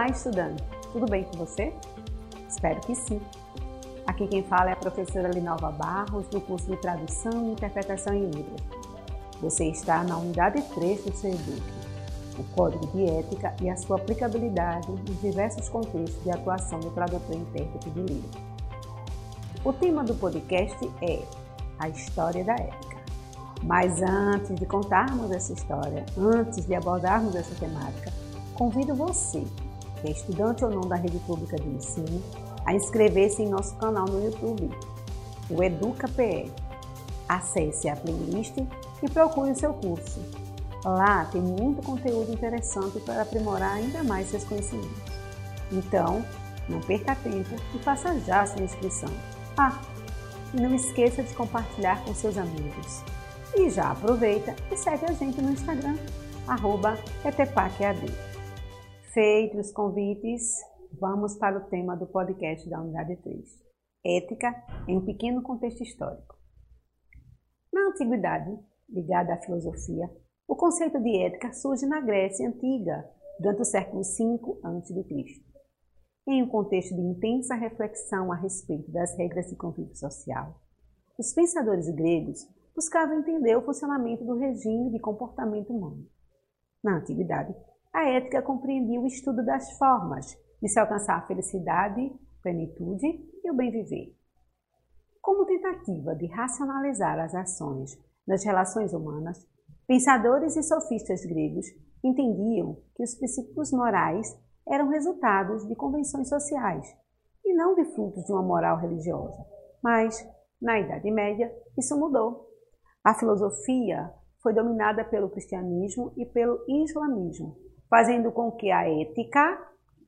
Olá, estudante! Tudo bem com você? Espero que sim! Aqui quem fala é a professora Linalva Barros, do curso de Tradução e Interpretação em Libras. Você está na unidade 3 do seu e-book, o Código de Ética e a sua aplicabilidade nos diversos contextos de atuação do tradutor e intérprete de Libras. O tema do podcast é a história da ética. Mas antes de contarmos essa história, antes de abordarmos essa temática, convido você, que é estudante ou não da rede pública de ensino, a inscrever-se em nosso canal no YouTube, o EducaPE. Acesse a playlist e procure o seu curso. Lá tem muito conteúdo interessante para aprimorar ainda mais seus conhecimentos. Então, não perca tempo e faça já a sua inscrição. E não esqueça de compartilhar com seus amigos. E já aproveita e segue a gente no Instagram, @etepacad. Feitos os convites, vamos para o tema do podcast da unidade 3. Ética em um pequeno contexto histórico. Na antiguidade, ligada à filosofia, o conceito de ética surge na Grécia Antiga, durante o século V a.C. Em um contexto de intensa reflexão a respeito das regras de convívio social, os pensadores gregos buscavam entender o funcionamento do regime de comportamento humano. Na antiguidade, a ética compreendia o estudo das formas de se alcançar a felicidade, plenitude e o bem viver. Como tentativa de racionalizar as ações nas relações humanas, pensadores e sofistas gregos entendiam que os princípios morais eram resultados de convenções sociais e não de frutos de uma moral religiosa. Mas, na Idade Média, isso mudou. A filosofia foi dominada pelo cristianismo e pelo islamismo, fazendo com que a ética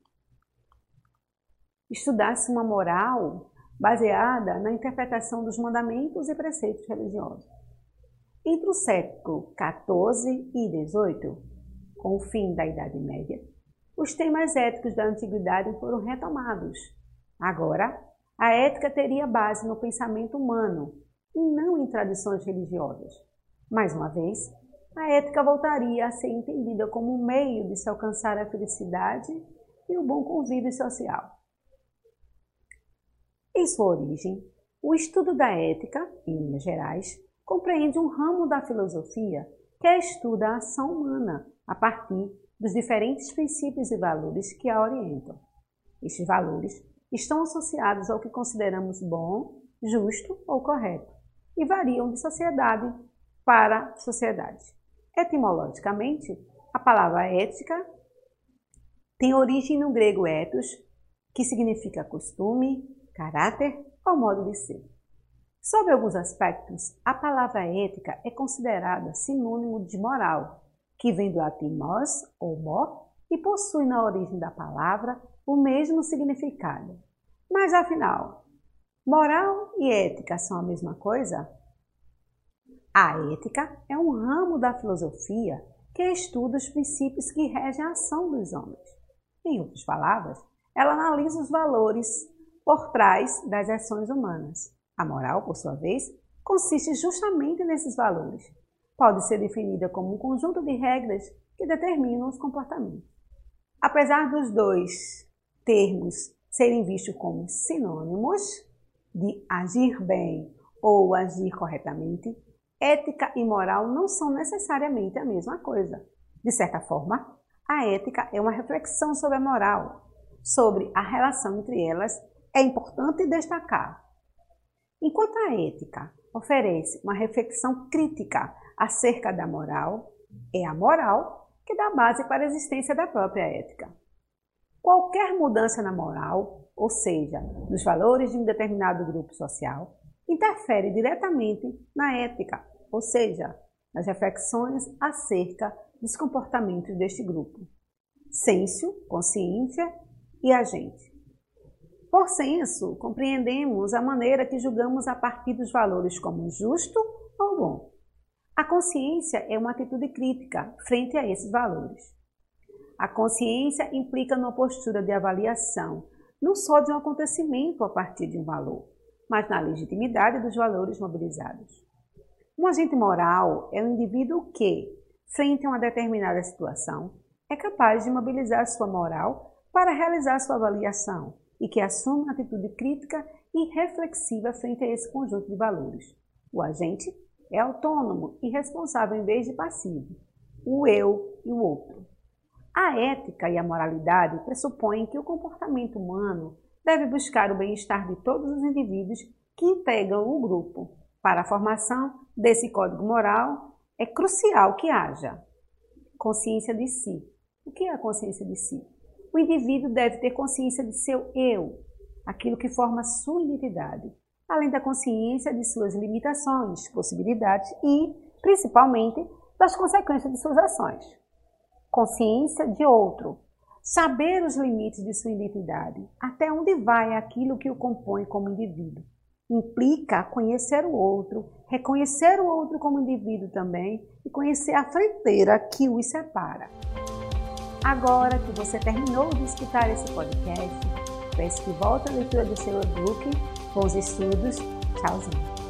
estudasse uma moral baseada na interpretação dos mandamentos e preceitos religiosos. Entre o século XIV e XVIII, com o fim da Idade Média, os temas éticos da antiguidade foram retomados. Agora, a ética teria base no pensamento humano e não em tradições religiosas. Mais uma vez, a ética voltaria a ser entendida como um meio de se alcançar a felicidade e o bom convívio social. Em sua origem, o estudo da ética, em linhas gerais, compreende um ramo da filosofia que estuda a ação humana a partir dos diferentes princípios e valores que a orientam. Estes valores estão associados ao que consideramos bom, justo ou correto e variam de sociedade para sociedade. Etimologicamente, a palavra ética tem origem no grego ethos, que significa costume, caráter ou modo de ser. Sob alguns aspectos, a palavra ética é considerada sinônimo de moral, que vem do latim mos ou mor e possui na origem da palavra o mesmo significado. Mas afinal, moral e ética são a mesma coisa? A ética é um ramo da filosofia que estuda os princípios que regem a ação dos homens. Em outras palavras, ela analisa os valores por trás das ações humanas. A moral, por sua vez, consiste justamente nesses valores. Pode ser definida como um conjunto de regras que determinam os comportamentos. Apesar dos dois termos serem vistos como sinônimos de agir bem ou agir corretamente, ética e moral não são necessariamente a mesma coisa. De certa forma, a ética é uma reflexão sobre a moral. Sobre a relação entre elas, é importante destacar. Enquanto a ética oferece uma reflexão crítica acerca da moral, é a moral que dá base para a existência da própria ética. Qualquer mudança na moral, ou seja, nos valores de um determinado grupo social, interfere diretamente na ética, ou seja, nas reflexões acerca dos comportamentos deste grupo. Senso, consciência e agente. Por senso, compreendemos a maneira que julgamos a partir dos valores como justo ou bom. A consciência é uma atitude crítica frente a esses valores. A consciência implica numa postura de avaliação, não só de um acontecimento a partir de um valor, mas na legitimidade dos valores mobilizados. Um agente moral é um indivíduo que, frente a uma determinada situação, é capaz de mobilizar sua moral para realizar sua avaliação e que assume uma atitude crítica e reflexiva frente a esse conjunto de valores. O agente é autônomo e responsável em vez de passivo, o eu e o outro. A ética e a moralidade pressupõem que o comportamento humano deve buscar o bem-estar de todos os indivíduos que integram o grupo. Para a formação desse código moral, é crucial que haja consciência de si. O que é a consciência de si? O indivíduo deve ter consciência de seu eu, aquilo que forma sua identidade, além da consciência de suas limitações, possibilidades e, principalmente, das consequências de suas ações. Consciência de outro. Saber os limites de sua identidade, até onde vai aquilo que o compõe como indivíduo. Implica conhecer o outro, reconhecer o outro como indivíduo também e conhecer a fronteira que os separa. Agora que você terminou de escutar esse podcast, peço que volte à leitura do seu e-book. Bons estudos. Tchauzinho.